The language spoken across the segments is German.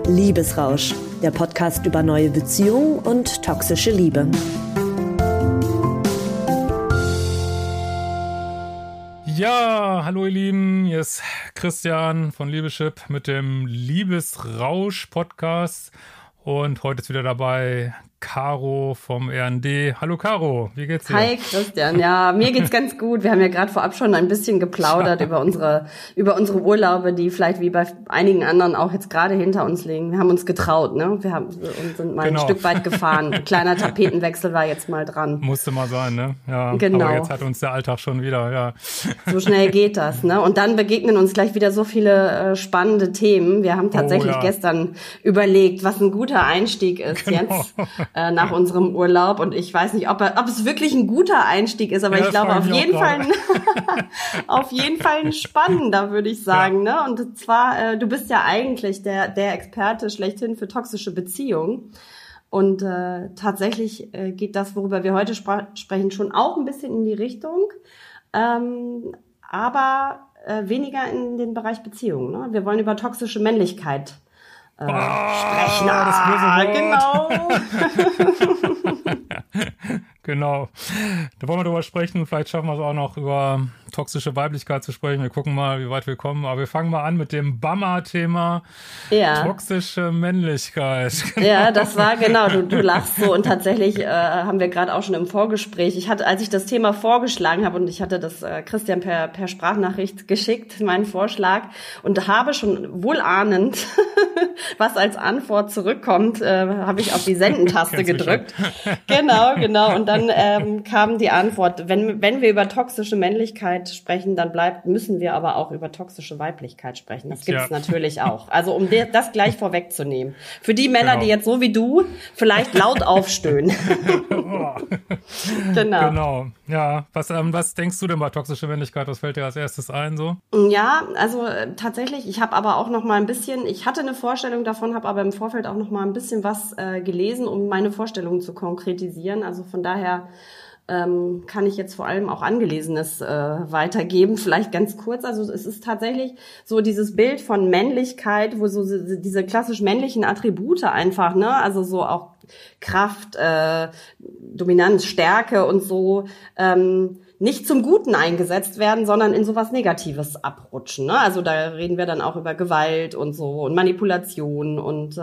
Liebesrausch, der Podcast über neue Beziehungen und toxische Liebe. Ja, hallo ihr Lieben, hier ist Christian von Liebeschip mit dem Liebesrausch-Podcast und heute ist wieder dabei Caro vom RND. Hallo Caro, wie geht's dir? Hi Christian, ja, mir geht's ganz gut. Wir haben ja gerade vorab schon ein bisschen geplaudert über unsere Urlaube, die vielleicht wie bei einigen anderen auch jetzt gerade hinter uns liegen. Wir haben uns getraut, ne? Und sind mal ein Stück weit gefahren. Ein kleiner Tapetenwechsel war jetzt mal dran. Musste mal sein, ne? Ja, genau. Aber jetzt hat uns der Alltag schon wieder, ja. So schnell geht das, ne? Und dann begegnen uns gleich wieder so viele spannende Themen. Wir haben tatsächlich gestern überlegt, was ein guter Einstieg ist jetzt. Nach unserem Urlaub, und ich weiß nicht, ob es wirklich ein guter Einstieg ist, aber ich glaube auf jeden Fall ein spannender, würde ich sagen, ne? Und zwar, du bist ja eigentlich der Experte schlechthin für toxische Beziehungen, und tatsächlich geht das, worüber wir heute sprechen, schon auch ein bisschen in die Richtung, aber weniger in den Bereich Beziehungen, ne? Wir wollen über toxische Männlichkeit sprechen. Genau. Genau. Da wollen wir drüber sprechen. Vielleicht schaffen wir es auch noch, über toxische Weiblichkeit zu sprechen. Wir gucken mal, wie weit wir kommen. Aber wir fangen mal an mit dem Bummer-Thema. Ja. Toxische Männlichkeit. Genau. Ja, das war genau. Du lachst so, und tatsächlich haben wir gerade auch schon im Vorgespräch. Als ich das Thema vorgeschlagen habe, und ich hatte das Christian per Sprachnachricht geschickt, meinen Vorschlag, und habe schon wohlahnend, was als Antwort zurückkommt, habe ich auf die Sendentaste gedrückt. Genau. Und dann kam die Antwort: Wenn wir über toxische Männlichkeit sprechen, dann müssen wir aber auch über toxische Weiblichkeit sprechen. Das gibt es natürlich auch. Also um das gleich vorwegzunehmen. Für die Männer, die jetzt so wie du vielleicht laut aufstöhnen. Genau. Ja, was denkst du denn bei toxischer Männlichkeit? Was fällt dir als erstes ein so? Ja, also tatsächlich, ich habe aber auch noch mal ein bisschen, ich hatte eine Vorstellung davon, habe aber im Vorfeld auch noch mal ein bisschen was gelesen, um meine Vorstellungen zu konkretisieren. Also von daher kann ich jetzt vor allem auch Angelesenes weitergeben. Vielleicht ganz kurz. Also es ist tatsächlich so dieses Bild von Männlichkeit, wo so diese klassisch männlichen Attribute einfach, ne, also so auch Kraft, Dominanz, Stärke und so, nicht zum Guten eingesetzt werden, sondern in sowas Negatives abrutschen, ne? Also da reden wir dann auch über Gewalt und so und Manipulation und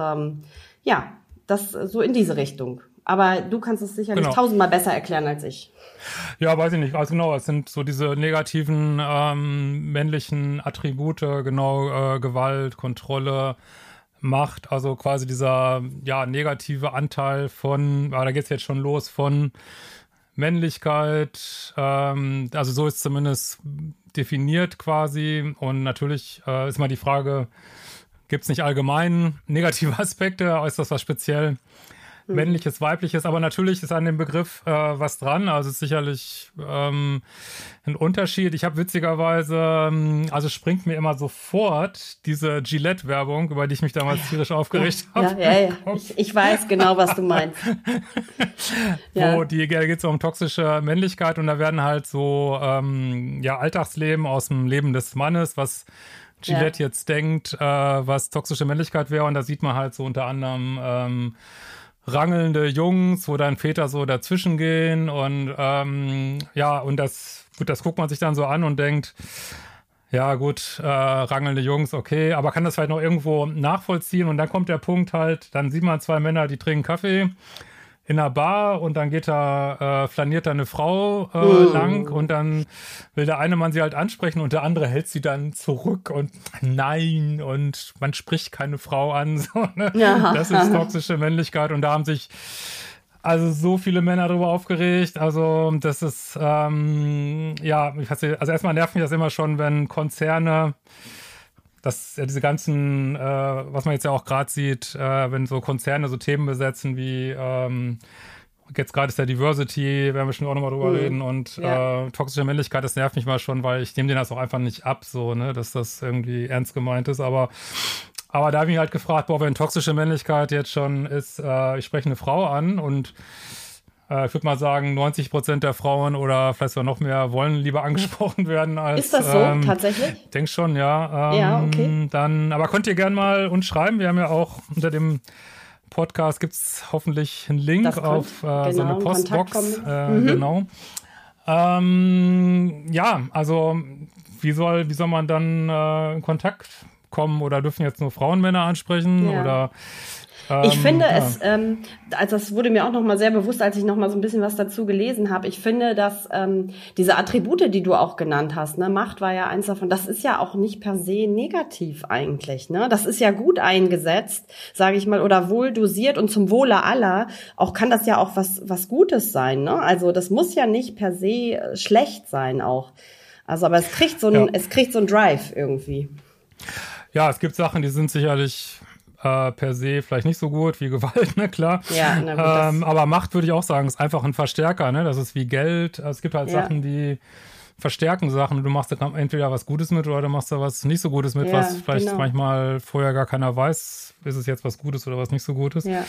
das so in diese Richtung. Aber du kannst es sicherlich tausendmal besser erklären als ich. Ja, weiß ich nicht. Also genau, es sind so diese negativen männlichen Attribute, Gewalt, Kontrolle, Macht, also quasi dieser negative Anteil von, da geht's jetzt schon los, von Männlichkeit, also so ist zumindest definiert quasi. Und natürlich ist mal die Frage, gibt's nicht allgemein negative Aspekte, ist das was speziell Männliches, Weibliches, aber natürlich ist an dem Begriff was dran, also ist sicherlich ein Unterschied. Ich habe witzigerweise, also springt mir immer sofort diese Gillette-Werbung, über die ich mich damals tierisch aufgeregt habe. Ja. Ich weiß genau, was du meinst. Da geht es um toxische Männlichkeit, und da werden halt so Alltagsleben aus dem Leben des Mannes, was Gillette jetzt denkt, was toxische Männlichkeit wäre, und da sieht man halt so unter anderem rangelnde Jungs, wo dann Väter so dazwischen gehen, und und das guckt man sich dann so an und denkt, ja gut, rangelnde Jungs, okay, aber kann das vielleicht noch irgendwo nachvollziehen? Und dann kommt der Punkt halt, dann sieht man zwei Männer, die trinken Kaffee in einer Bar, und dann flaniert da eine Frau lang, und dann will der eine Mann sie halt ansprechen und der andere hält sie dann zurück und nein, und man spricht keine Frau an, so, ne? Ja. Das ist toxische Männlichkeit, und da haben sich also so viele Männer darüber aufgeregt. Also das ist also erstmal nervt mich das immer schon, wenn Konzerne, diese ganzen, was man jetzt ja auch gerade sieht, wenn so Konzerne so Themen besetzen wie, jetzt gerade ist ja Diversity, werden wir schon auch nochmal drüber reden, und toxische Männlichkeit, das nervt mich mal schon, weil ich nehme denen das auch einfach nicht ab, so, ne, dass das irgendwie ernst gemeint ist, aber da habe ich mich halt gefragt, wenn toxische Männlichkeit jetzt schon ist, ich spreche eine Frau an, und ich würde mal sagen, 90% der Frauen oder vielleicht sogar noch mehr wollen lieber angesprochen werden als... Ist das so, tatsächlich? Ich denke schon, ja. Ja, okay. Dann, aber könnt ihr gerne mal uns schreiben. Wir haben ja auch unter dem Podcast gibt's hoffentlich einen Link auf so eine Postbox. Genau. Ja, also wie soll man dann in Kontakt kommen, oder dürfen jetzt nur Frauen Männer ansprechen? Ja. Oder ich finde es, also das wurde mir auch nochmal sehr bewusst, als ich nochmal so ein bisschen was dazu gelesen habe. Ich finde, dass diese Attribute, die du auch genannt hast, ne, Macht war ja eins davon, das ist ja auch nicht per se negativ eigentlich, ne? Das ist ja gut eingesetzt, sage ich mal, oder wohl dosiert und zum Wohle aller. Auch kann das ja auch was Gutes sein, ne? Also das muss ja nicht per se schlecht sein auch. Also, aber es kriegt so ein Drive irgendwie. Ja, es gibt Sachen, die sind sicherlich per se vielleicht nicht so gut wie Gewalt, ne, klar. Ja, na gut, aber Macht, würde ich auch sagen, ist einfach ein Verstärker, ne? Das ist wie Geld. Also es gibt halt Sachen, die verstärken Sachen. Du machst da entweder was Gutes mit oder du machst da was nicht so Gutes mit, was vielleicht manchmal vorher gar keiner weiß, ist es jetzt was Gutes oder was nicht so Gutes. Ja.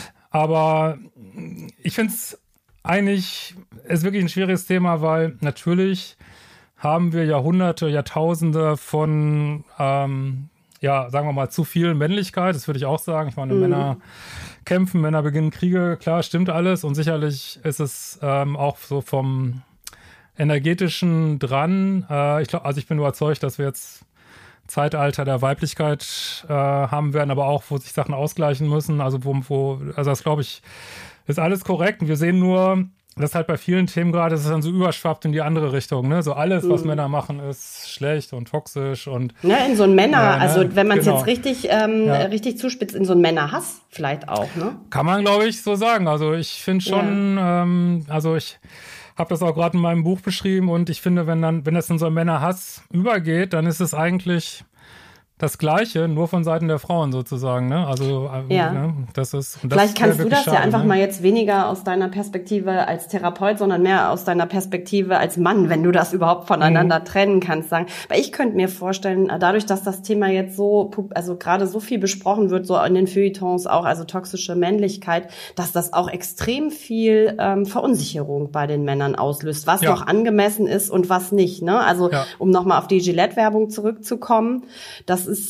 Aber ich finde es eigentlich, ist wirklich ein schwieriges Thema, weil natürlich haben wir Jahrhunderte, Jahrtausende von sagen wir mal, zu viel Männlichkeit, das würde ich auch sagen. Ich meine, Männer kämpfen, Männer beginnen Kriege, klar, stimmt alles. Und sicherlich ist es auch so vom Energetischen dran. Ich bin überzeugt, dass wir jetzt Zeitalter der Weiblichkeit haben werden, aber auch, wo sich Sachen ausgleichen müssen. Also das glaube ich, ist alles korrekt. Und wir sehen nur, das ist halt bei vielen Themen gerade, dass es dann so überschwappt in die andere Richtung, ne? So alles, was Männer machen, ist schlecht und toxisch und... Ne, in so ein also wenn man es jetzt richtig zuspitzt, in so einen Männerhass vielleicht auch, ne? Kann man, glaube ich, so sagen. Also ich finde schon, ich habe das auch gerade in meinem Buch beschrieben, und ich finde, wenn das in so einen Männerhass übergeht, dann ist es eigentlich das Gleiche, nur von Seiten der Frauen sozusagen, ne? Also, ne? Vielleicht kannst du das ja einfach mal jetzt weniger aus deiner Perspektive als Therapeut, sondern mehr aus deiner Perspektive als Mann, wenn du das überhaupt voneinander trennen kannst, sagen. Weil ich könnte mir vorstellen, dadurch, dass das Thema jetzt gerade so viel besprochen wird, so in den Feuilletons auch, also toxische Männlichkeit, dass das auch extrem viel Verunsicherung bei den Männern auslöst, was noch angemessen ist und was nicht, ne? Also, um nochmal auf die Gillette-Werbung zurückzukommen, das ist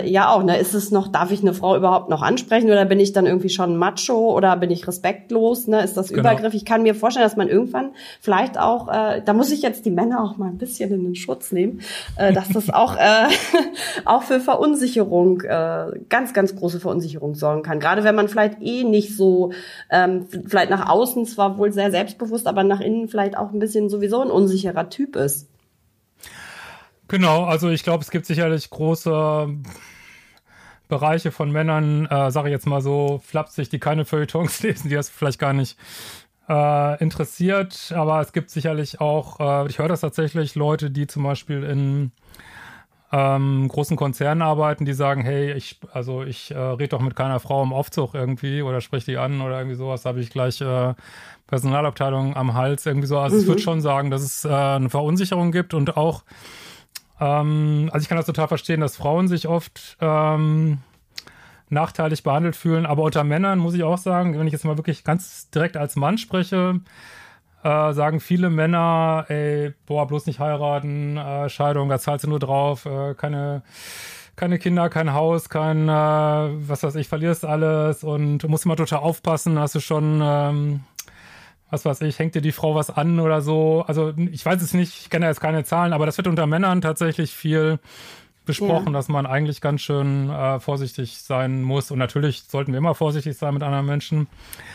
darf ich eine Frau überhaupt noch ansprechen, oder bin ich dann irgendwie schon Macho oder bin ich respektlos, ne? Ist das Übergriff? Ich kann mir vorstellen, dass man irgendwann vielleicht auch, da muss ich jetzt die Männer auch mal ein bisschen in den Schutz nehmen, dass das auch für Verunsicherung, ganz, ganz große Verunsicherung sorgen kann. Gerade wenn man vielleicht nicht so, vielleicht nach außen zwar wohl sehr selbstbewusst, aber nach innen vielleicht auch ein bisschen sowieso ein unsicherer Typ ist. Genau, also ich glaube, es gibt sicherlich große Bereiche von Männern, sage ich jetzt mal so flapsig, die keine Feuilletons lesen, die das vielleicht gar nicht interessiert. Aber es gibt sicherlich auch, ich höre das tatsächlich, Leute, die zum Beispiel in großen Konzernen arbeiten, die sagen, hey, ich rede doch mit keiner Frau im Aufzug irgendwie oder sprich die an oder irgendwie sowas, da habe ich gleich Personalabteilung am Hals irgendwie so. Also ich würde schon sagen, dass es eine Verunsicherung gibt, und auch also ich kann das total verstehen, dass Frauen sich oft nachteilig behandelt fühlen, aber unter Männern muss ich auch sagen, wenn ich jetzt mal wirklich ganz direkt als Mann spreche, sagen viele Männer, bloß nicht heiraten, Scheidung, da zahlst du nur drauf, keine Kinder, kein Haus, verlierst alles und du musst immer total aufpassen, hast du schon hängt dir die Frau was an oder so. Also ich weiß es nicht, ich kenne jetzt keine Zahlen, aber das wird unter Männern tatsächlich viel besprochen, dass man eigentlich ganz schön vorsichtig sein muss. Und natürlich sollten wir immer vorsichtig sein mit anderen Menschen.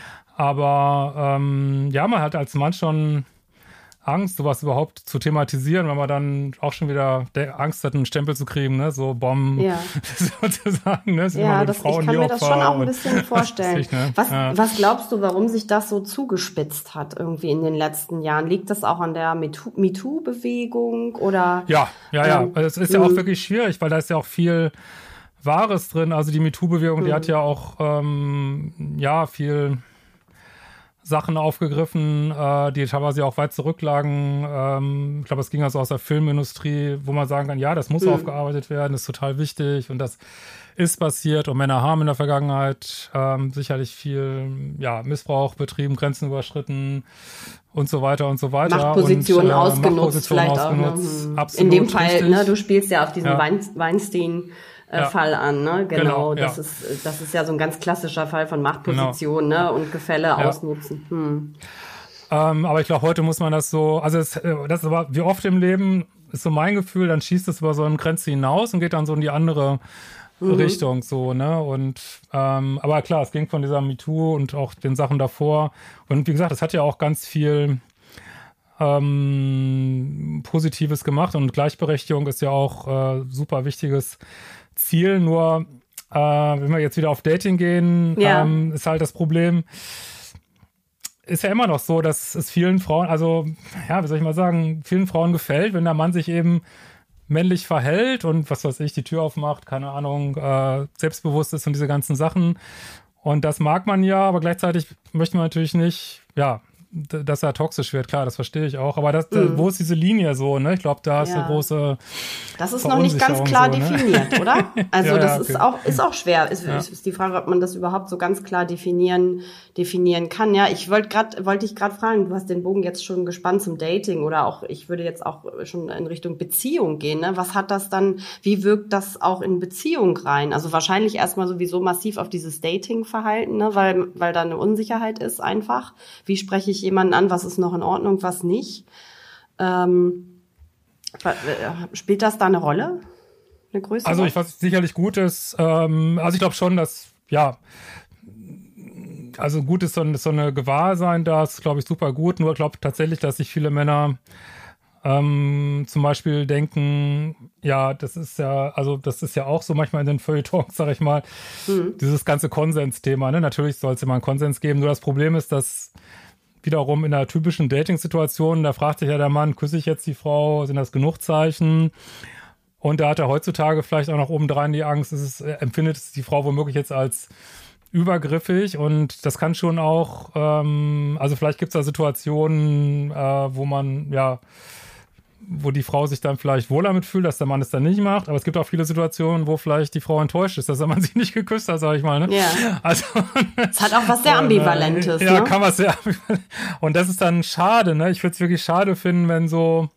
Aber man hat als Mann schon Angst, sowas überhaupt zu thematisieren, weil man dann auch schon wieder Angst hat, einen Stempel zu kriegen, ne? So Bomben sozusagen. Ne? Ich kann mir das schon auch ein bisschen vorstellen. Was glaubst du, warum sich das so zugespitzt hat irgendwie in den letzten Jahren? Liegt das auch an der MeToo-Bewegung oder? Ja. Es ist ja auch wirklich schwierig, weil da ist ja auch viel Wahres drin. Also die MeToo-Bewegung, die hat ja auch viel Sachen aufgegriffen, die teilweise auch weit zurücklagen. Ich glaube, es ging also aus der Filmindustrie, wo man sagen kann, ja, das muss aufgearbeitet werden, das ist total wichtig und das ist passiert und Männer haben in der Vergangenheit sicherlich viel Missbrauch betrieben, Grenzen überschritten und so weiter und so weiter. Machtpositionen ausgenutzt vielleicht ausgenutzt. auch. Absolut, in dem Fall, ne, du spielst ja auf diesen Weinstein Fall an, ne? Genau. Das ist ja so ein ganz klassischer Fall von Machtposition, ne? Und Gefälle ausnutzen. Aber ich glaube, heute muss man das so, also das ist aber wie oft im Leben, ist so mein Gefühl, dann schießt es über so eine Grenze hinaus und geht dann so in die andere Richtung, so, ne? Und aber klar, es ging von dieser MeToo und auch den Sachen davor. Und wie gesagt, es hat ja auch ganz viel Positives gemacht und Gleichberechtigung ist ja auch super wichtiges Ziel, nur wenn wir jetzt wieder auf Dating gehen, ist halt das Problem, ist ja immer noch so, dass es vielen Frauen, also ja, wie soll ich mal sagen, vielen Frauen gefällt, wenn der Mann sich eben männlich verhält und was weiß ich, die Tür aufmacht, keine Ahnung, selbstbewusst ist und diese ganzen Sachen. Und das mag man ja, aber gleichzeitig möchte man natürlich nicht, dass er toxisch wird, klar, das verstehe ich auch. Aber wo ist diese Linie so, ne? Ich glaube, da ist eine große Das ist noch nicht ganz klar definiert, oder? Also das ist auch schwer. Ist die Frage, ob man das überhaupt so ganz klar definieren kann. Ja, wollte dich gerade fragen, du hast den Bogen jetzt schon gespannt zum Dating oder auch, ich würde jetzt auch schon in Richtung Beziehung gehen, ne? Was hat das dann, wie wirkt das auch in Beziehung rein? Also wahrscheinlich erstmal sowieso massiv auf dieses Dating-Verhalten, ne? Weil da eine Unsicherheit ist einfach. Wie spreche ich jemanden an, was ist noch in Ordnung, was nicht. Spielt das da eine Rolle? Eine größere? Also was sicherlich gut ist, also ich glaube schon, dass, also gut ist so eine Gewahrsein da, ist, glaube ich, super gut. Nur ich glaube tatsächlich, dass sich viele Männer zum Beispiel denken, das ist ja auch so manchmal in den Feuilletons, sag ich mal, dieses ganze Konsensthema, ne? Natürlich soll es immer einen Konsens geben, nur das Problem ist, dass wiederum in einer typischen Dating-Situation, da fragt sich ja der Mann, küsse ich jetzt die Frau, sind das genug Zeichen? Und da hat er heutzutage vielleicht auch noch obendrein die Angst, empfindet es die Frau womöglich jetzt als übergriffig und das kann schon auch, also vielleicht gibt es da Situationen, wo die Frau sich dann vielleicht wohl damit fühlt, dass der Mann es dann nicht macht. Aber es gibt auch viele Situationen, wo vielleicht die Frau enttäuscht ist, dass der Mann sie nicht geküsst hat, sag ich mal. Ne? Ja. Also, es hat auch was sehr Ambivalentes. Ja, ne? Kann was sehr ambivalent. Und das ist dann schade. Ne? Ich würde es wirklich schade finden, wenn so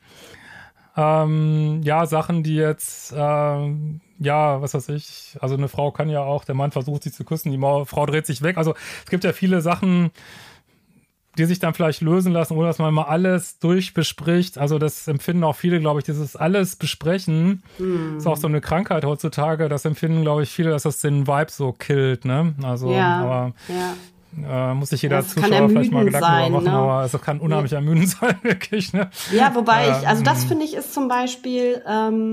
Sachen, die jetzt was weiß ich, also eine Frau kann ja auch, der Mann versucht sie zu küssen, die Frau dreht sich weg. Also es gibt ja viele Sachen, die sich dann vielleicht lösen lassen, ohne dass man mal alles durchbespricht. Also das empfinden auch viele, glaube ich, dieses alles besprechen. Ist auch so eine Krankheit heutzutage. Das empfinden, glaube ich, viele, dass das den Vibe so killt, ne? Also, muss sich jeder Zuschauer vielleicht mal Gedanken darüber machen, ne? Aber es kann unheimlich ermüdend sein, wirklich, ne? Ja, wobei das finde ich ist zum Beispiel,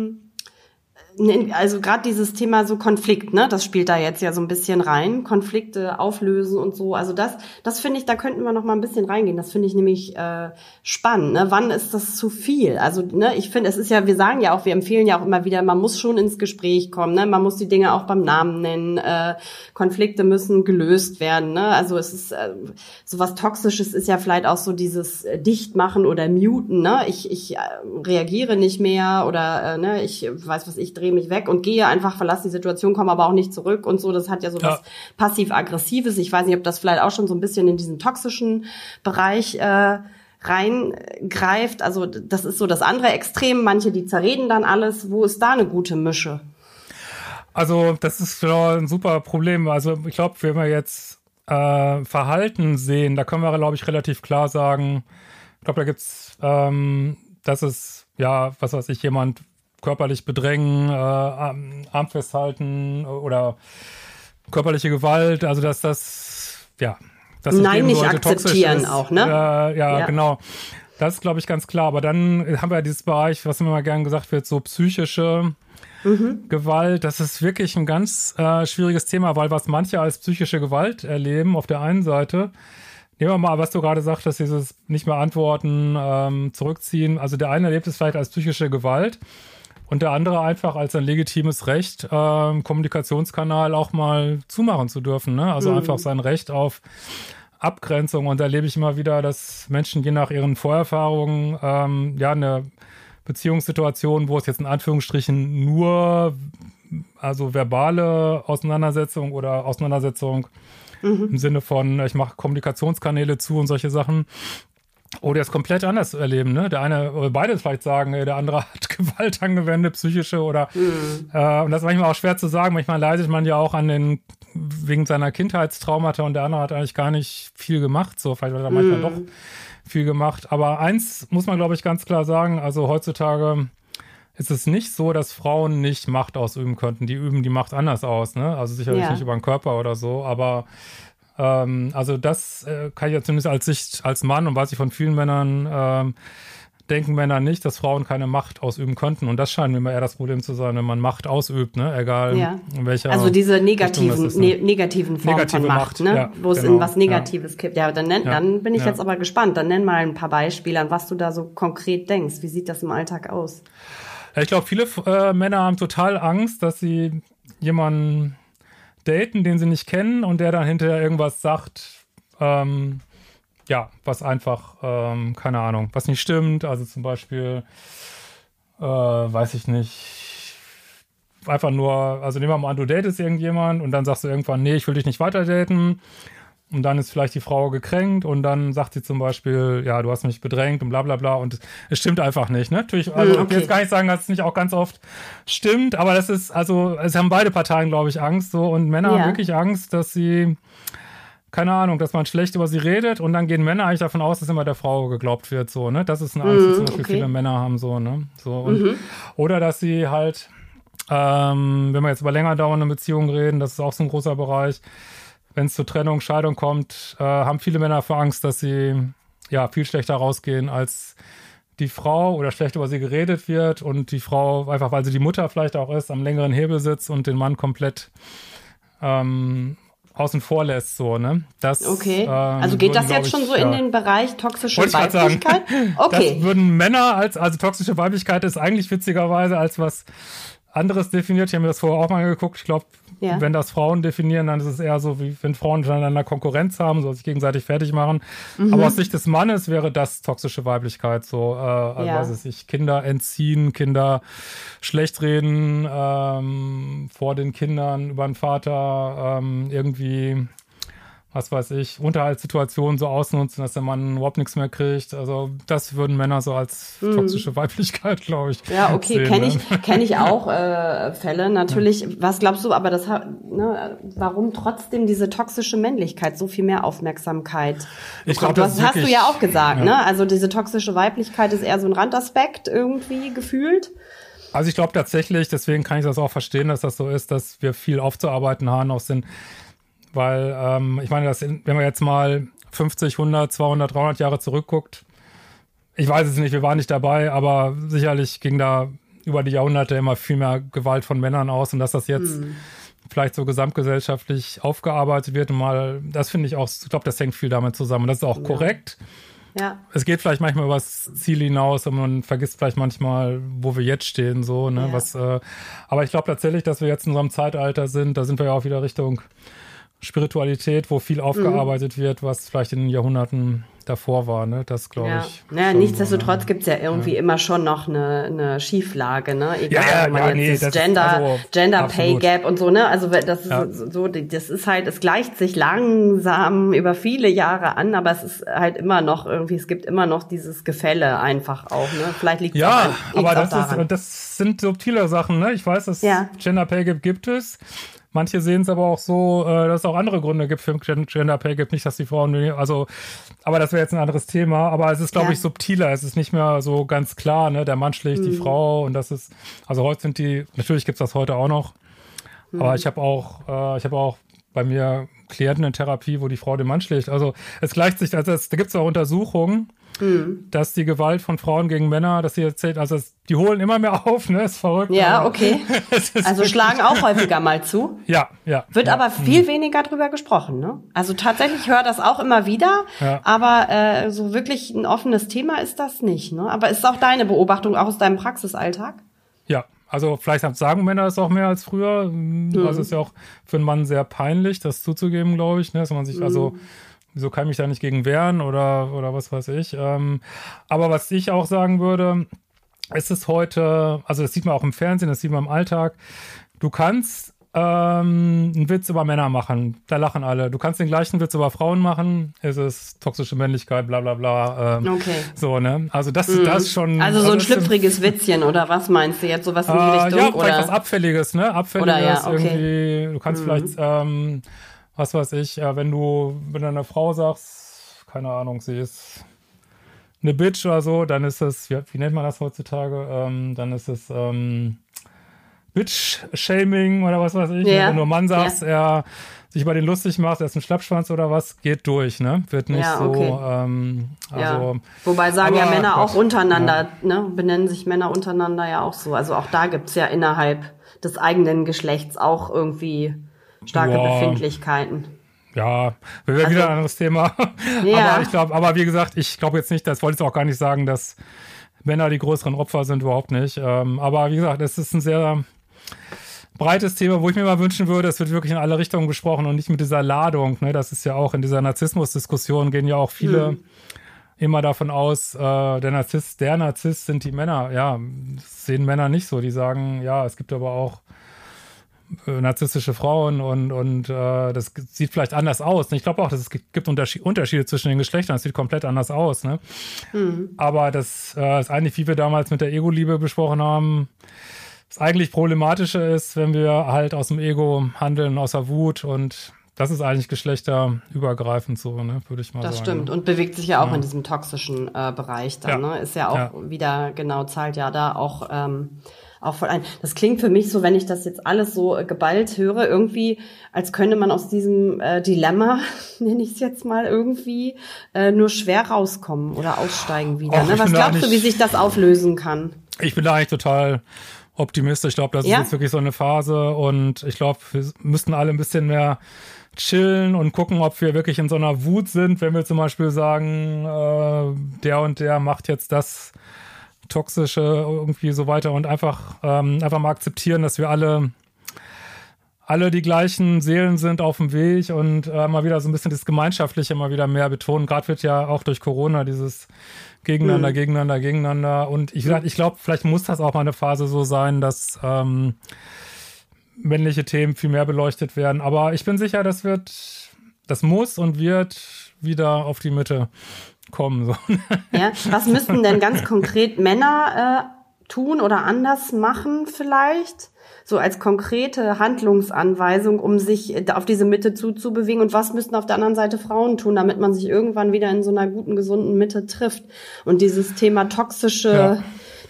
also gerade dieses Thema so Konflikt, ne, das spielt da jetzt ja so ein bisschen rein, Konflikte auflösen und so, also das finde ich, da könnten wir noch mal ein bisschen reingehen, das finde ich nämlich spannend, ne, wann ist das zu viel, also, ne, ich finde, es ist ja, wir sagen ja auch, wir empfehlen ja auch immer wieder, man muss schon ins Gespräch kommen, ne, man muss die Dinge auch beim Namen nennen, Konflikte müssen gelöst werden, ne, also es ist, so was Toxisches ist ja vielleicht auch so dieses Dichtmachen oder Muten, ne, ich reagiere nicht mehr oder, ne, ich weiß was, ich drehe mich weg und gehe einfach, verlasse die Situation, komme aber auch nicht zurück und so. Das hat ja so was passiv-aggressives. Ich weiß nicht, ob das vielleicht auch schon so ein bisschen in diesen toxischen Bereich reingreift. Also das ist so das andere Extrem. Manche, die zerreden dann alles. Wo ist da eine gute Mische? Also das ist ein super Problem. Also ich glaube, wenn wir jetzt Verhalten sehen, da können wir, glaube ich, relativ klar sagen, ich glaube, da gibt's, dass es, was weiß ich, jemand körperlich bedrängen, Arm festhalten oder körperliche Gewalt, also dass das Nein, nicht akzeptieren auch, ne? Ja, genau. Das ist, glaube ich, ganz klar. Aber dann haben wir ja dieses Bereich, was immer mal gern gesagt wird, so psychische Gewalt. Das ist wirklich ein ganz schwieriges Thema, weil was manche als psychische Gewalt erleben, auf der einen Seite, nehmen wir mal, was du gerade sagtest, dieses nicht mehr antworten, zurückziehen. Also der eine erlebt es vielleicht als psychische Gewalt und der andere einfach als ein legitimes Recht, Kommunikationskanal auch mal zumachen zu dürfen. Ne? Also einfach sein Recht auf Abgrenzung. Und da erlebe ich immer wieder, dass Menschen je nach ihren Vorerfahrungen eine Beziehungssituation, wo es jetzt in Anführungsstrichen nur also verbale Auseinandersetzung oder Auseinandersetzung im Sinne von, ich mache Kommunikationskanäle zu und solche Sachen, oder es komplett anders erleben, ne? Der eine oder beide vielleicht sagen, der andere hat Gewalt angewendet, psychische oder und das ist manchmal auch schwer zu sagen. Manchmal leidet man ja auch wegen seiner Kindheitstraumata und der andere hat eigentlich gar nicht viel gemacht. So, vielleicht hat er manchmal doch viel gemacht. Aber eins muss man, glaube ich, ganz klar sagen, also heutzutage ist es nicht so, dass Frauen nicht Macht ausüben könnten. Die üben die Macht anders aus, ne? Also sicherlich nicht über den Körper oder so, aber also das kann ich ja zumindest als Mann und weiß ich von vielen Männern, denken Männer nicht, dass Frauen keine Macht ausüben könnten. Und das scheint mir immer eher das Problem zu sein, wenn man Macht ausübt, ne? Egal in welcher also diese negativen Formen von Macht, ne? Ja, wo es in was Negatives kippt. Ja, dann bin ich jetzt aber gespannt. Dann nenn mal ein paar Beispiele, an was du da so konkret denkst. Wie sieht das im Alltag aus? Ja, ich glaube, viele Männer haben total Angst, dass sie jemanden daten, den sie nicht kennen und der dann hinterher irgendwas sagt, was einfach, keine Ahnung, was nicht stimmt. Also zum Beispiel, weiß ich nicht, einfach nur, also nehmen wir mal an, du datest irgendjemand und dann sagst du irgendwann, nee, ich will dich nicht weiter daten. Und dann ist vielleicht die Frau gekränkt und dann sagt sie zum Beispiel, ja, du hast mich bedrängt und bla bla bla und es stimmt einfach nicht, ne? Natürlich, also ich will jetzt gar nicht sagen, dass es nicht auch ganz oft stimmt, aber das ist, also es haben beide Parteien, glaube ich, Angst so und Männer haben wirklich Angst, dass sie, keine Ahnung, dass man schlecht über sie redet und dann gehen Männer eigentlich davon aus, dass immer der Frau geglaubt wird, so, ne? Das ist eine Angst, die zum Beispiel viele Männer haben, so, ne? So, und, oder dass sie halt, wenn wir jetzt über länger dauernde Beziehungen reden, das ist auch so ein großer Bereich, wenn es zur Trennung, Scheidung kommt, haben viele Männer vor Angst, dass sie viel schlechter rausgehen als die Frau oder schlecht über sie geredet wird und die Frau, einfach weil sie die Mutter vielleicht auch ist, am längeren Hebel sitzt und den Mann komplett außen vor lässt, so, ne? Das, also geht das jetzt schon so in den Bereich toxische Weiblichkeit? Okay. Das würden Männer also toxische Weiblichkeit ist eigentlich witzigerweise als was anderes definiert. Ich habe mir das vorher auch mal geguckt. Ich glaube, wenn das Frauen definieren, dann ist es eher so, wie wenn Frauen miteinander Konkurrenz haben, so sich gegenseitig fertig machen. Aber aus Sicht des Mannes wäre das toxische Weiblichkeit so, weiß es nicht, Kinder entziehen, Kinder schlecht reden, vor den Kindern über den Vater, irgendwie, was weiß ich, Unterhaltssituationen so ausnutzen, dass der Mann überhaupt nichts mehr kriegt. Also das würden Männer so als toxische Weiblichkeit, glaube ich. Ja, okay, kenn ich auch Fälle. Natürlich, was glaubst du, aber warum trotzdem diese toxische Männlichkeit so viel mehr Aufmerksamkeit? Ich glaube, das hast du ja auch gesagt, ne? Also diese toxische Weiblichkeit ist eher so ein Randaspekt irgendwie gefühlt. Also ich glaube tatsächlich, deswegen kann ich das auch verstehen, dass das so ist, dass wir viel aufzuarbeiten haben aus den weil, ich meine, wenn man jetzt mal 50, 100, 200, 300 Jahre zurückguckt, ich weiß es nicht, wir waren nicht dabei, aber sicherlich ging da über die Jahrhunderte immer viel mehr Gewalt von Männern aus und dass das jetzt vielleicht so gesamtgesellschaftlich aufgearbeitet wird und mal, das finde ich auch, ich glaube, das hängt viel damit zusammen und das ist auch korrekt. Ja. Es geht vielleicht manchmal über das Ziel hinaus und man vergisst vielleicht manchmal, wo wir jetzt stehen, so, ne, aber ich glaube tatsächlich, dass wir jetzt in so einem Zeitalter sind, da sind wir ja auch wieder Richtung Spiritualität, wo viel aufgearbeitet wird, was vielleicht in den Jahrhunderten davor war, ne? Das glaube ich. Ja, nichtsdestotrotz gibt's ja irgendwie immer schon noch eine Schieflage, ne? Egal, wenn man jetzt das Gender Pay Gap und so, ne? Also das ist so, das ist halt, es gleicht sich langsam über viele Jahre an, aber es ist halt immer noch irgendwie, es gibt immer noch dieses Gefälle einfach auch, ne? Vielleicht liegt es auch aber daran. das sind subtile Sachen, ne? Ich weiß, dass Gender Pay Gap gibt es. Manche sehen es aber auch so, dass es auch andere Gründe gibt für Gender Pay Gap. Nicht, dass die Frauen, aber das wäre jetzt ein anderes Thema. Aber es ist, glaube ich, subtiler. Es ist nicht mehr so ganz klar, ne? Der Mann schlägt die Frau und das ist, also heute sind natürlich gibt es das heute auch noch. Aber ich habe auch bei mir Klienten in Therapie, wo die Frau den Mann schlägt. Also es gleicht sich, da gibt es auch Untersuchungen, dass die Gewalt von Frauen gegen Männer, dass sie erzählt, also die holen immer mehr auf, ne, ist verrückt. Ja, okay. Also schlagen auch häufiger mal zu. Ja. Wird aber viel weniger drüber gesprochen, ne? Also tatsächlich höre das auch immer wieder, aber so wirklich ein offenes Thema ist das nicht, ne? Aber ist auch deine Beobachtung, auch aus deinem Praxisalltag? Ja, also vielleicht sagen Männer es auch mehr als früher. Also ist ja auch für einen Mann sehr peinlich, das zuzugeben, glaube ich, ne, dass man sich wieso kann ich mich da nicht gegen wehren oder was weiß ich. Aber was ich auch sagen würde, es ist heute, also das sieht man auch im Fernsehen, das sieht man im Alltag, du kannst einen Witz über Männer machen, da lachen alle. Du kannst den gleichen Witz über Frauen machen, es ist toxische Männlichkeit, bla bla bla. Okay. So, ne? Also das ist schon... Also so ein schlüpfriges Witzchen, oder was meinst du jetzt? Sowas in die Richtung? Ja, vielleicht was Abfälliges, ne? Abfälliges oder, ja, okay. irgendwie, du kannst vielleicht, was weiß ich, wenn du einer Frau sagst, keine Ahnung, sie ist eine Bitch oder so, dann ist es, wie nennt man das heutzutage? Dann ist es Bitch-Shaming oder was weiß ich. Ja. Wenn du Mann sagst, er sich über den lustig macht, er ist ein Schlappschwanz oder was, geht durch, ne? Wird nicht okay. so, also... Wobei sagen ja Männer auch untereinander, ne? Benennen sich Männer untereinander ja auch so. Also auch da gibt's ja innerhalb des eigenen Geschlechts auch irgendwie starke Befindlichkeiten. Ja, wäre wieder ein anderes Thema. Ja. Aber wie gesagt, ich glaube jetzt nicht, das wollte ich auch gar nicht sagen, dass Männer die größeren Opfer sind, überhaupt nicht. Aber wie gesagt, es ist ein sehr breites Thema, wo ich mir mal wünschen würde, es wird wirklich in alle Richtungen besprochen und nicht mit dieser Ladung. Ne? Das ist ja auch in dieser Narzissmus-Diskussion gehen ja auch viele immer davon aus, der Narzisst sind die Männer. Ja, das sehen Männer nicht so. Die sagen, ja, es gibt aber auch narzisstische Frauen und das sieht vielleicht anders aus. Ich glaube auch, dass es gibt Unterschiede zwischen den Geschlechtern. Das sieht komplett anders aus. Ne? Aber das ist eigentlich, wie wir damals mit der Ego-Liebe besprochen haben, das eigentlich Problematische ist, wenn wir halt aus dem Ego handeln, aus der Wut, und das ist eigentlich geschlechterübergreifend so, ne, würde ich mal sagen. Das stimmt, und bewegt sich ja auch in diesem toxischen Bereich dann, ne? Ist ja auch wieder, genau, zahlt ja da auch voll ein. Das klingt für mich so, wenn ich das jetzt alles so geballt höre, irgendwie, als könnte man aus diesem Dilemma, nenne ich es jetzt mal, irgendwie nur schwer rauskommen oder aussteigen wieder. Ne? Was glaubst du, wie sich das auflösen kann? Ich bin da eigentlich total optimistisch. Ich glaube, das ist jetzt wirklich so eine Phase, und ich glaube, wir müssten alle ein bisschen mehr chillen und gucken, ob wir wirklich in so einer Wut sind, wenn wir zum Beispiel sagen, der und der macht jetzt das Toxische irgendwie so weiter, und einfach mal akzeptieren, dass wir alle die gleichen Seelen sind auf dem Weg, und mal wieder so ein bisschen das Gemeinschaftliche mal wieder mehr betonen. Gerade wird ja auch durch Corona dieses Gegeneinander. Und ich glaube, vielleicht muss das auch mal eine Phase so sein, dass männliche Themen viel mehr beleuchtet werden. Aber ich bin sicher, das muss und wird wieder auf die Mitte kommen. So. Ja, was müssten denn ganz konkret Männer tun oder anders machen vielleicht? So als konkrete Handlungsanweisung, um sich auf diese Mitte zuzubewegen. Und was müssten auf der anderen Seite Frauen tun, damit man sich irgendwann wieder in so einer guten, gesunden Mitte trifft und dieses Thema toxisches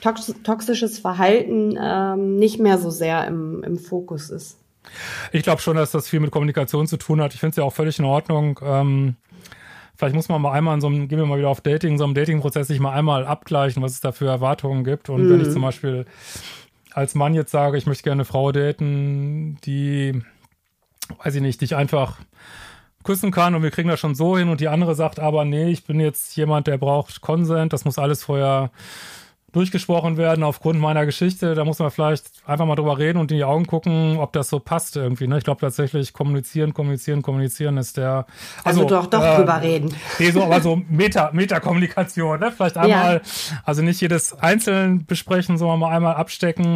Verhalten nicht mehr so sehr im Fokus ist? Ich glaube schon, dass das viel mit Kommunikation zu tun hat. Ich finde es ja auch völlig in Ordnung. Vielleicht muss man mal einmal gehen wir mal wieder auf Dating, in so einem Dating-Prozess sich mal einmal abgleichen, was es da für Erwartungen gibt. Und wenn ich zum Beispiel als Mann jetzt sage, ich möchte gerne eine Frau daten, die, weiß ich nicht, dich einfach küssen kann und wir kriegen das schon so hin, und die andere sagt aber, nee, ich bin jetzt jemand, der braucht Consent, das muss alles vorher durchgesprochen werden aufgrund meiner Geschichte. Da muss man vielleicht einfach mal drüber reden und in die Augen gucken, ob das so passt irgendwie. Ne? Ich glaube tatsächlich, kommunizieren ist der... Also doch drüber reden. Nee, aber so Metakommunikation. Ne? Vielleicht einmal, also nicht jedes einzeln besprechen, sondern mal einmal abstecken,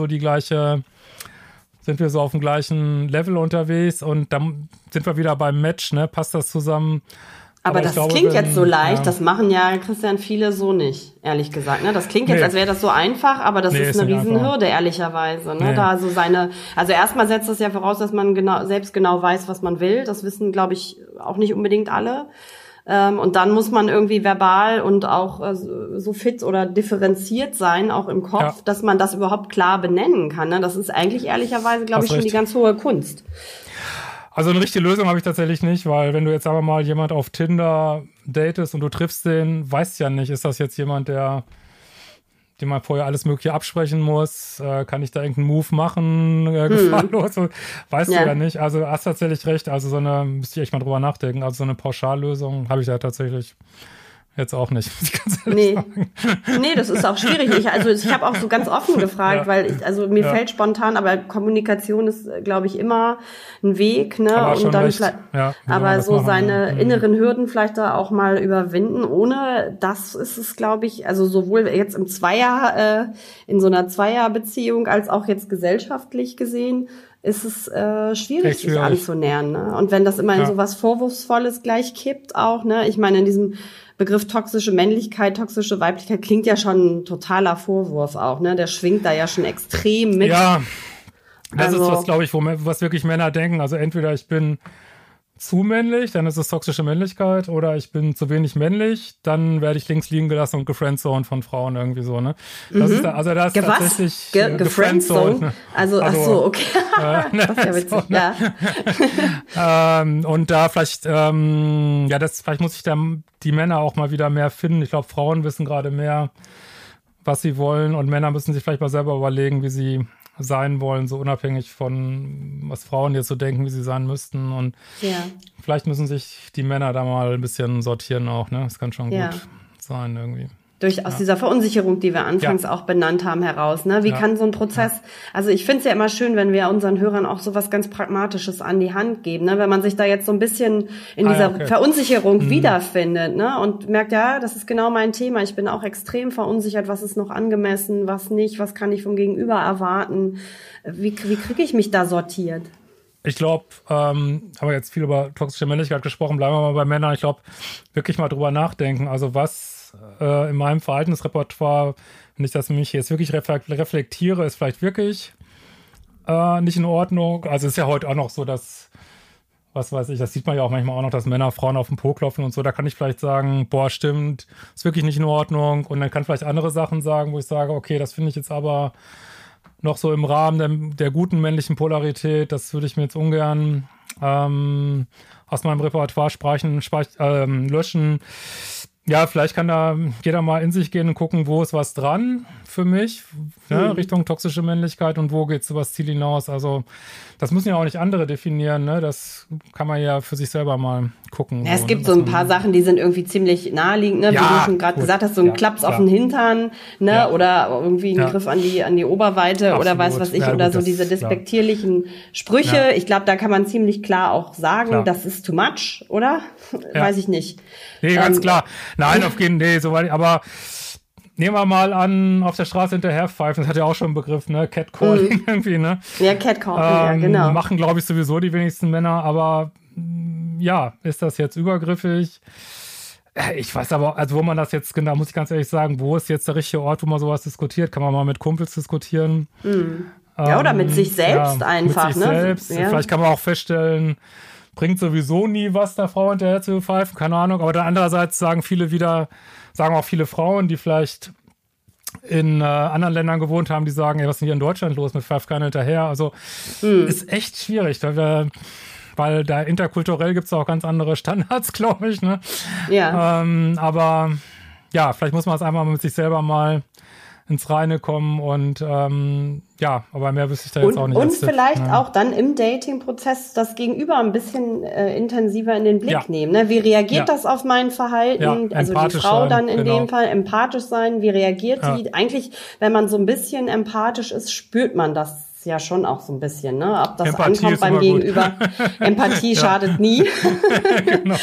sind wir so auf dem gleichen Level unterwegs, und dann sind wir wieder beim Match, ne? Passt das zusammen? Aber das klingt jetzt so leicht, das machen ja, Christian, viele so nicht, ehrlich gesagt. Ne? Das klingt jetzt, als wäre das so einfach, aber das ist eine Riesenhürde, ehrlicherweise. Ne? Da so also erstmal setzt das ja voraus, dass man selbst genau weiß, was man will. Das wissen, glaube ich, auch nicht unbedingt alle. Und dann muss man irgendwie verbal und auch so fit oder differenziert sein, auch im Kopf, dass man das überhaupt klar benennen kann. Ne? Das ist eigentlich ehrlicherweise, glaube ich, schon die ganz hohe Kunst. Also eine richtige Lösung habe ich tatsächlich nicht, weil wenn du jetzt aber mal jemand auf Tinder datest und du triffst den, weißt ja nicht, ist das jetzt jemand, dem man vorher alles Mögliche absprechen muss, kann ich da irgendeinen Move machen, gefahrlos, weißt du ja nicht. Also hast tatsächlich recht, also müsste ich echt mal drüber nachdenken, also so eine Pauschallösung habe ich da tatsächlich jetzt auch nicht, muss ich ganz ehrlich sagen. Nee, das ist auch schwierig. Ich habe auch so ganz offen gefragt, weil mir fällt spontan, aber Kommunikation ist, glaube ich, immer ein Weg, ne? Aber und dann recht. vielleicht, Ja, aber so seine inneren Hürden vielleicht da auch mal überwinden. Ohne das ist es, glaube ich, also sowohl jetzt in so einer Zweierbeziehung als auch jetzt gesellschaftlich gesehen, ist es schwierig, sich anzunähern. Ne? Und wenn das immer in so was Vorwurfsvolles gleich kippt auch, ne? Ich meine, in diesem Begriff toxische Männlichkeit, toxische Weiblichkeit klingt ja schon ein totaler Vorwurf auch, ne? Der schwingt da ja schon extrem mit. Ja, das ist was, glaube ich, was wirklich Männer denken. Also entweder ich bin zu männlich, dann ist es toxische Männlichkeit, oder ich bin zu wenig männlich, dann werde ich links liegen gelassen und gefriendzoned von Frauen irgendwie so, ne? Das ist tatsächlich gefriendzoned, ne? Also, ach so, okay. Das ist ja witzig, ja. Und da vielleicht, vielleicht muss ich da die Männer auch mal wieder mehr finden. Ich glaube, Frauen wissen gerade mehr, was sie wollen, und Männer müssen sich vielleicht mal selber überlegen, wie sie sein wollen, so unabhängig von, was Frauen jetzt so denken, wie sie sein müssten. Und vielleicht müssen sich die Männer da mal ein bisschen sortieren auch, ne? Das kann schon gut sein irgendwie. Aus dieser Verunsicherung, die wir anfangs auch benannt haben, heraus, ne? Wie kann so ein Prozess, also ich finde es ja immer schön, wenn wir unseren Hörern auch so was ganz Pragmatisches an die Hand geben, ne? Wenn man sich da jetzt so ein bisschen in dieser Verunsicherung wiederfindet, ne? Und merkt, das ist genau mein Thema. Ich bin auch extrem verunsichert, was ist noch angemessen, was nicht, was kann ich vom Gegenüber erwarten? Wie kriege ich mich da sortiert? Ich glaube, haben wir jetzt viel über toxische Männlichkeit gesprochen, bleiben wir mal bei Männern. Ich glaube, wirklich mal drüber nachdenken. Also was in meinem Verhaltensrepertoire, wenn ich das mich jetzt wirklich reflektiere, ist vielleicht wirklich nicht in Ordnung. Also ist ja heute auch noch so, dass, was weiß ich, das sieht man ja auch manchmal auch noch, dass Männer Frauen auf den Po klopfen und so. Da kann ich vielleicht sagen, boah, stimmt, ist wirklich nicht in Ordnung. Und dann kann vielleicht andere Sachen sagen, wo ich sage, okay, das finde ich jetzt aber noch so im Rahmen der guten männlichen Polarität. Das würde ich mir jetzt ungern aus meinem Repertoire löschen. Ja, vielleicht kann da jeder mal in sich gehen und gucken, wo ist was dran für mich, ne, Richtung toxische Männlichkeit, und wo geht so was Ziel hinaus. Also das müssen ja auch nicht andere definieren, ne? Das kann man ja für sich selber mal gucken. Ja, es gibt so ein paar Sachen, die sind irgendwie ziemlich naheliegend, ne? Wie du schon gerade gesagt hast, so ein Klaps auf den Hintern, ne? Oder irgendwie ein Griff an die Oberweite. Absolut. Oder weiß was ich, oder so diese despektierlichen Sprüche. Ja. Ich glaube, da kann man ziemlich klar auch sagen, das ist too much, oder? Weiß ich nicht. Nee, ganz klar. Nein, auf jeden Fall, soweit, aber nehmen wir mal an, auf der Straße hinterherpfeifen, das hat ja auch schon einen Begriff, ne? Catcalling irgendwie, ne? Ja, Catcalling, genau. Machen, glaube ich, sowieso die wenigsten Männer, aber ist das jetzt übergriffig? Ich weiß aber, also wo man das jetzt, genau, muss ich ganz ehrlich sagen, wo ist jetzt der richtige Ort, wo man sowas diskutiert? Kann man mal mit Kumpels diskutieren? Ja, oder mit sich selbst einfach, mit sich selbst. Ja. Vielleicht kann man auch feststellen, bringt sowieso nie was, der Frau hinterher zu pfeifen, keine Ahnung. Aber dann andererseits sagen auch viele Frauen, die vielleicht in anderen Ländern gewohnt haben, die sagen, ey, was ist denn hier in Deutschland los, mit pfeift keiner hinterher. Also ist echt schwierig, weil da interkulturell gibt es auch ganz andere Standards, glaube ich. Ne? Ja. Aber ja, vielleicht muss man es einfach mit sich selber mal ins Reine kommen und aber mehr wüsste ich da jetzt auch nicht. Und vielleicht auch dann im Dating-Prozess das Gegenüber ein bisschen intensiver in den Blick nehmen. Ne? Wie reagiert das auf mein Verhalten? Ja, also die Frau dann in dem Fall empathisch sein. Wie reagiert die? Eigentlich, wenn man so ein bisschen empathisch ist, spürt man das ja schon auch so ein bisschen, ne? Ob das Empathie ankommt beim Gegenüber. Empathie schadet nie. Genau.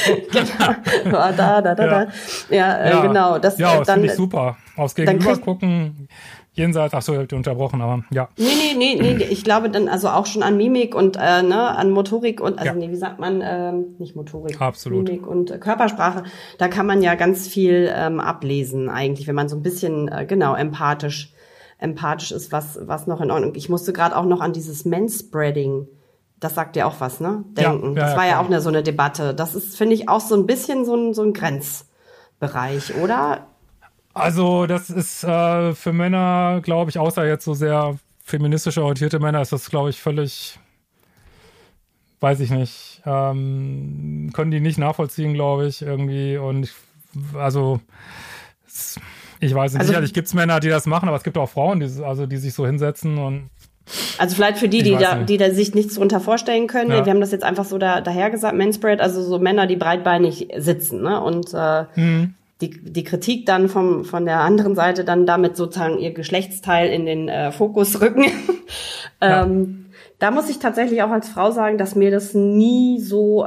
Genau. Das finde ich super. Aufs Gegenüber gucken, jenseits, ich habe unterbrochen, aber ja. Nee, ich glaube dann also auch schon an Mimik und an Motorik und, wie sagt man, nicht Motorik. Absolut. Mimik und Körpersprache. Da kann man ja ganz viel ablesen eigentlich, wenn man so ein bisschen, empathisch ist, was noch in Ordnung. Ich musste gerade auch noch an dieses Manspreading, das sagt ja auch was, ne? Denken. Das war ja auch so eine Debatte. Das ist, finde ich, auch so ein bisschen so ein Grenzbereich, oder? Also das ist für Männer, glaube ich, außer jetzt so sehr feministisch orientierte Männer, ist das, glaube ich, völlig, weiß ich nicht, können die nicht nachvollziehen, glaube ich, irgendwie. Und ich weiß nicht, sicherlich gibt es Männer, die das machen, aber es gibt auch Frauen, die sich so hinsetzen und also vielleicht für die da sich nichts drunter vorstellen können. Wir haben das jetzt einfach so daher gesagt, Manspread, also so Männer, die breitbeinig sitzen, ne? Und die Kritik dann von der anderen Seite dann damit sozusagen ihr Geschlechtsteil in den Fokus rücken. Da muss ich tatsächlich auch als Frau sagen, dass mir das nie so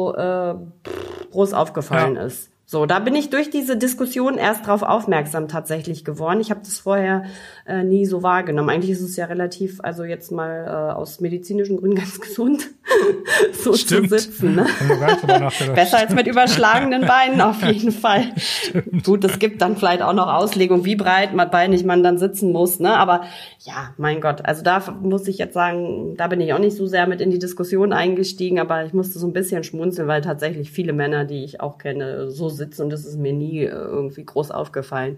groß aufgefallen ist. So, da bin ich durch diese Diskussion erst drauf aufmerksam tatsächlich geworden. Ich habe das vorher nie so wahrgenommen. Eigentlich ist es ja relativ, also jetzt mal aus medizinischen Gründen ganz gesund, so Stimmt. zu sitzen. Ne? Besser als mit überschlagenen Beinen auf jeden Fall. Stimmt. Gut, es gibt dann vielleicht auch noch Auslegung, wie breitbeinig man dann sitzen muss. Ne? Aber ja, mein Gott, also da muss ich jetzt sagen, da bin ich auch nicht so sehr mit in die Diskussion eingestiegen, aber ich musste so ein bisschen schmunzeln, weil tatsächlich viele Männer, die ich auch kenne, so sitzen und das ist mir nie irgendwie groß aufgefallen.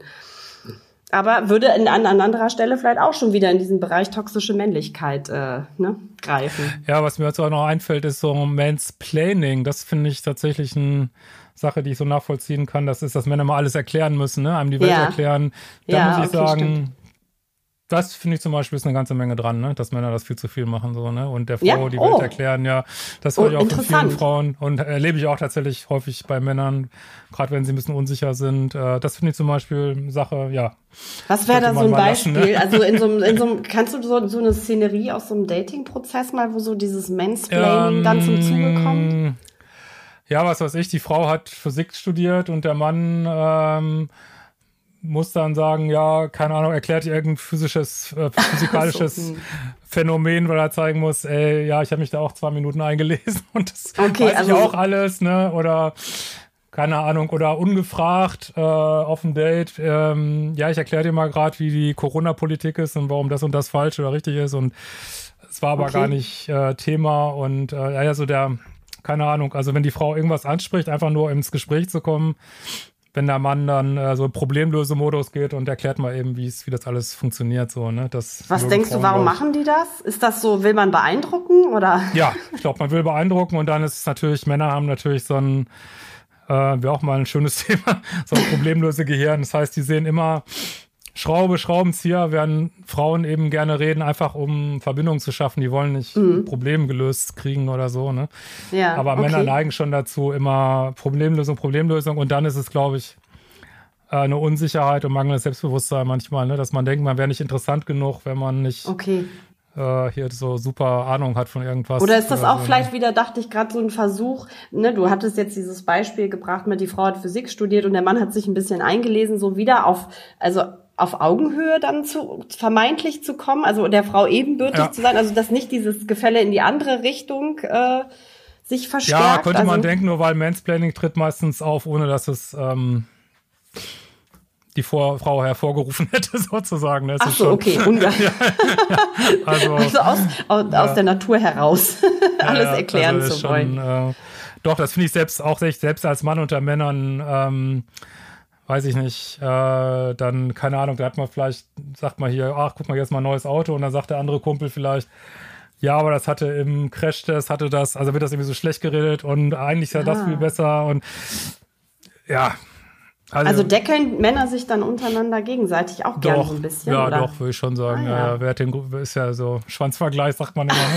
Aber würde an anderer Stelle vielleicht auch schon wieder in diesen Bereich toxische Männlichkeit greifen. Ja, was mir jetzt auch noch einfällt, ist so Mansplaining. Das finde ich tatsächlich eine Sache, die ich so nachvollziehen kann. Das ist, dass Männer mal alles erklären müssen, ne? Einem die Welt erklären. Da muss ich sagen, stimmt. Das finde ich zum Beispiel ist eine ganze Menge dran, ne? Dass Männer das viel zu viel machen, so, ne? Und der Frau die Welt erklären, das höre ich auch von vielen Frauen und erlebe ich auch tatsächlich häufig bei Männern, gerade wenn sie ein bisschen unsicher sind. Das finde ich zum Beispiel eine Sache, ja. Was wäre da so ein Beispiel? Lassen, ne? Also in so einem, kannst du so eine Szenerie aus so einem Dating-Prozess mal, wo so dieses Mansplaining dann zum Zuge kommt? Ja, was weiß ich, die Frau hat Physik studiert und der Mann muss dann sagen, ja, keine Ahnung, erklärt ihr irgendein physikalisches Phänomen, weil er zeigen muss, ich habe mich da auch 2 Minuten eingelesen und das weiß ich auch alles, ne? Oder keine Ahnung, oder ungefragt auf dem Date, ich erkläre dir mal gerade, wie die Corona-Politik ist und warum das und das falsch oder richtig ist und es war aber gar nicht Thema und keine Ahnung, also wenn die Frau irgendwas anspricht, einfach nur ins Gespräch zu kommen, wenn der Mann dann so Problemlösemodus geht und erklärt mal eben, wie das alles funktioniert, so, ne? Was denkst du, warum machen die das? Ist das so, will man beeindrucken, oder? Ja, ich glaube, man will beeindrucken und dann ist es natürlich, Männer haben natürlich so ein, wäre auch mal ein schönes Thema, so ein Problemlösegehirn. Das heißt, die sehen immer Schraubenzieher, werden Frauen eben gerne reden, einfach um Verbindungen zu schaffen. Die wollen nicht Probleme gelöst kriegen oder so, ne? Ja, aber Männer neigen schon dazu, immer Problemlösung. Und dann ist es, glaube ich, eine Unsicherheit und mangelndes Selbstbewusstsein manchmal, ne? Dass man denkt, man wäre nicht interessant genug, wenn man nicht hier so super Ahnung hat von irgendwas. Oder ist das auch so, vielleicht wieder, dachte ich, gerade so ein Versuch, ne? Du hattest jetzt dieses Beispiel gebracht mit, die Frau hat Physik studiert und der Mann hat sich ein bisschen eingelesen, so wieder auf Augenhöhe dann vermeintlich zu kommen, also der Frau ebenbürtig zu sein, also dass nicht dieses Gefälle in die andere Richtung sich verstärkt. Ja, könnte man denken, nur weil Mansplaining tritt meistens auf, ohne dass es die Frau hervorgerufen hätte, sozusagen. Das Ach so, okay. Also aus der Natur heraus alles erklären zu wollen. Doch, das finde ich selbst als Mann unter Männern weiß ich nicht, dann, keine Ahnung, da hat man vielleicht, sagt man hier, ach, guck mal, jetzt mal ein neues Auto und dann sagt der andere Kumpel vielleicht, ja, aber das hatte im Crashtest, also wird das irgendwie so schlecht geredet und eigentlich ist ja das viel besser und ja. Also deckeln Männer sich dann untereinander gegenseitig auch gerne so ein bisschen, ja, oder? Doch, würde ich schon sagen. Wer hat ist ja so Schwanzvergleich, sagt man immer.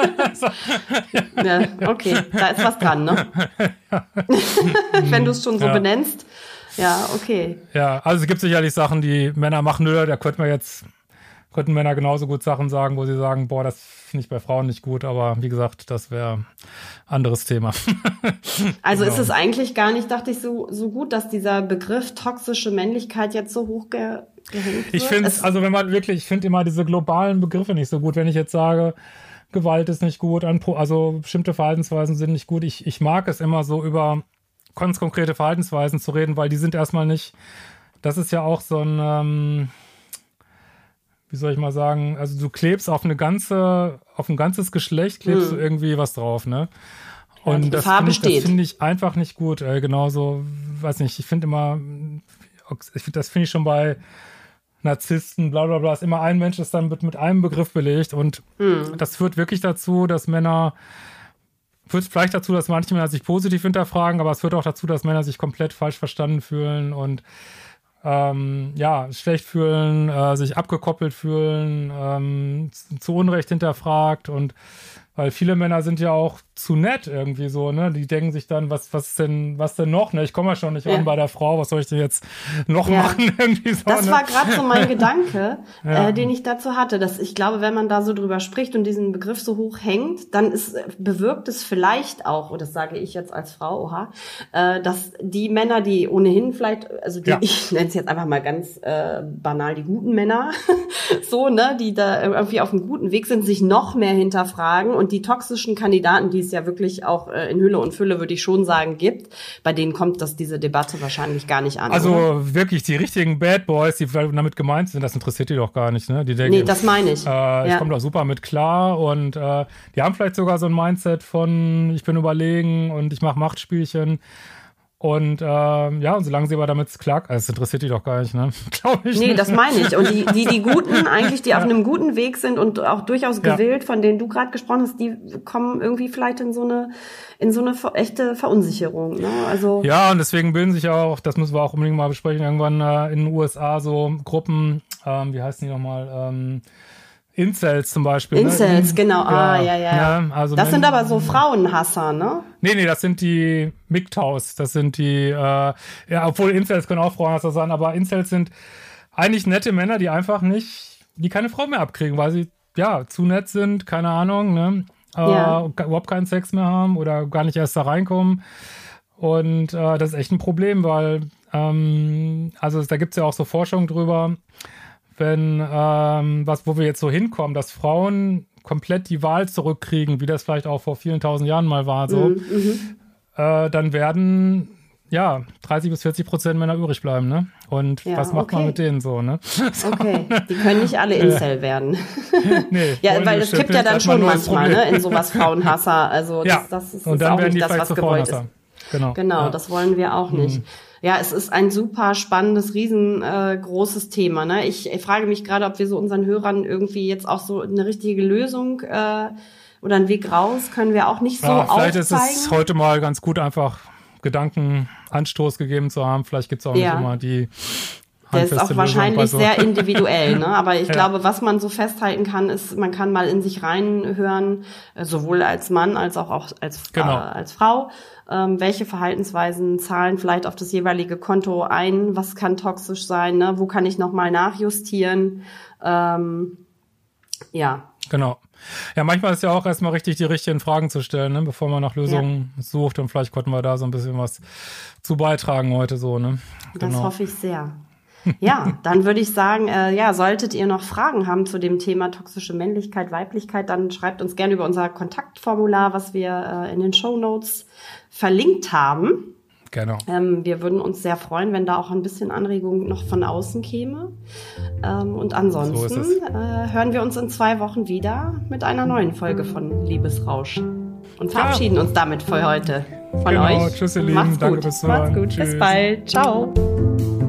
Ja, okay, da ist was dran, ne? Wenn du es schon so benennst. Ja, okay. Ja, also es gibt sicherlich Sachen, die Männer machen, da könnten Männer genauso gut Sachen sagen, wo sie sagen, boah, das finde ich bei Frauen nicht gut, aber wie gesagt, das wäre ein anderes Thema. Also ist es eigentlich gar nicht, dachte ich, so gut, dass dieser Begriff toxische Männlichkeit jetzt so hoch gehängt wird? Ich finde ich finde immer diese globalen Begriffe nicht so gut, wenn ich jetzt sage, Gewalt ist nicht gut, also bestimmte Verhaltensweisen sind nicht gut. Ich mag es immer so über ganz konkrete Verhaltensweisen zu reden, weil die sind erstmal nicht, das ist ja auch so ein, wie soll ich mal sagen, also du klebst auf ein ganzes Geschlecht, klebst du irgendwie was drauf, ne? Und das finde ich einfach nicht gut. Genauso, weiß nicht, ich finde immer, das finde ich schon bei Narzissten, bla bla bla, ist immer ein Mensch, ist dann mit einem Begriff belegt und das führt wirklich dazu, dass führt vielleicht dazu, dass manche Männer sich positiv hinterfragen, aber es führt auch dazu, dass Männer sich komplett falsch verstanden fühlen und schlecht fühlen, sich abgekoppelt fühlen, zu Unrecht hinterfragt und weil viele Männer sind ja auch zu nett irgendwie so, ne? Die denken sich dann, was denn noch, ne? Ich komme ja schon nicht an bei der Frau, was soll ich denn jetzt noch machen? Irgendwie so, das war gerade so mein Gedanke, den ich dazu hatte, dass ich glaube, wenn man da so drüber spricht und diesen Begriff so hoch hängt, dann bewirkt es vielleicht auch, und das sage ich jetzt als Frau, dass die Männer, die ohnehin vielleicht, also ich nenne es jetzt einfach mal ganz banal, die guten Männer, so, ne, die da irgendwie auf einem guten Weg sind, sich noch mehr hinterfragen, und die toxischen Kandidaten, die es ja wirklich auch in Hülle und Fülle, würde ich schon sagen, gibt, bei denen kommt diese Debatte wahrscheinlich gar nicht an. Also oder? Wirklich, die richtigen Bad Boys, die damit gemeint sind, das interessiert die doch gar nicht, ne? Die denken, nee, das meine ich. Ich komme doch super mit klar, und die haben vielleicht sogar so ein Mindset von, ich bin überlegen und ich mache Machtspielchen. Und und solange sie aber damit klar, das interessiert die doch gar nicht, ne? Glaube ich. Nee, das meine ich. Und die Guten eigentlich, die auf einem guten Weg sind und auch durchaus gewillt, von denen du gerade gesprochen hast, die kommen irgendwie vielleicht in so eine echte Verunsicherung, ne? Also ja, und deswegen bilden sich auch, das müssen wir auch unbedingt mal besprechen, irgendwann in den USA so Gruppen, wie heißen die nochmal? Incels zum Beispiel. Incels, ne? Genau. Ja. Also das sind aber so Frauenhasser, ne? Nee, das sind die MGTOWs. Das sind die, obwohl Incels können auch Frauenhasser sein, aber Incels sind eigentlich nette Männer, die einfach die keine Frau mehr abkriegen, weil sie, zu nett sind, keine Ahnung, ne? Überhaupt keinen Sex mehr haben oder gar nicht erst da reinkommen. Und das ist echt ein Problem, weil, da gibt's ja auch so Forschung drüber, wenn, wo wir jetzt so hinkommen, dass Frauen komplett die Wahl zurückkriegen, wie das vielleicht auch vor vielen tausend Jahren mal war, so, dann werden, 30-40% Männer übrig bleiben, ne? Und was macht man mit denen so, ne? So. Okay, die können nicht alle Incel werden. Nee, weil das kippt ja dann schon manchmal, ne? In sowas Frauenhasser. Also das ist und dann auch werden nicht die das, was gewollt ist. Genau, das wollen wir auch nicht. Ja, es ist ein super spannendes, riesengroßes Thema, ne? Ich frage mich gerade, ob wir so unseren Hörern irgendwie jetzt auch so eine richtige Lösung oder einen Weg raus können wir auch nicht so aufzeigen. Vielleicht ist es heute mal ganz gut, einfach Gedankenanstoß gegeben zu haben. Vielleicht gibt es auch nicht immer die Der ist auch wahrscheinlich sehr individuell, ne? Aber ich glaube, was man so festhalten kann, ist, man kann mal in sich reinhören, sowohl als Mann als auch als Frau. Welche Verhaltensweisen zahlen vielleicht auf das jeweilige Konto ein? Was kann toxisch sein? Ne? Wo kann ich nochmal nachjustieren? Genau. Ja, manchmal ist ja auch erstmal richtig, die richtigen Fragen zu stellen, ne? Bevor man nach Lösungen sucht. Und vielleicht konnten wir da so ein bisschen was zu beitragen heute so, ne? Genau. Das hoffe ich sehr. Ja, dann würde ich sagen, solltet ihr noch Fragen haben zu dem Thema toxische Männlichkeit, Weiblichkeit, dann schreibt uns gerne über unser Kontaktformular, was wir in den Shownotes verlinkt haben. Genau. Wir würden uns sehr freuen, wenn da auch ein bisschen Anregung noch von außen käme. Und ansonsten hören wir uns in 2 Wochen wieder mit einer neuen Folge von Liebesrausch. Und verabschieden uns damit für heute von euch. Tschüss, ihr Lieben. Danke fürs Zuhören. Macht's gut. Tschüss. Bis bald. Ciao.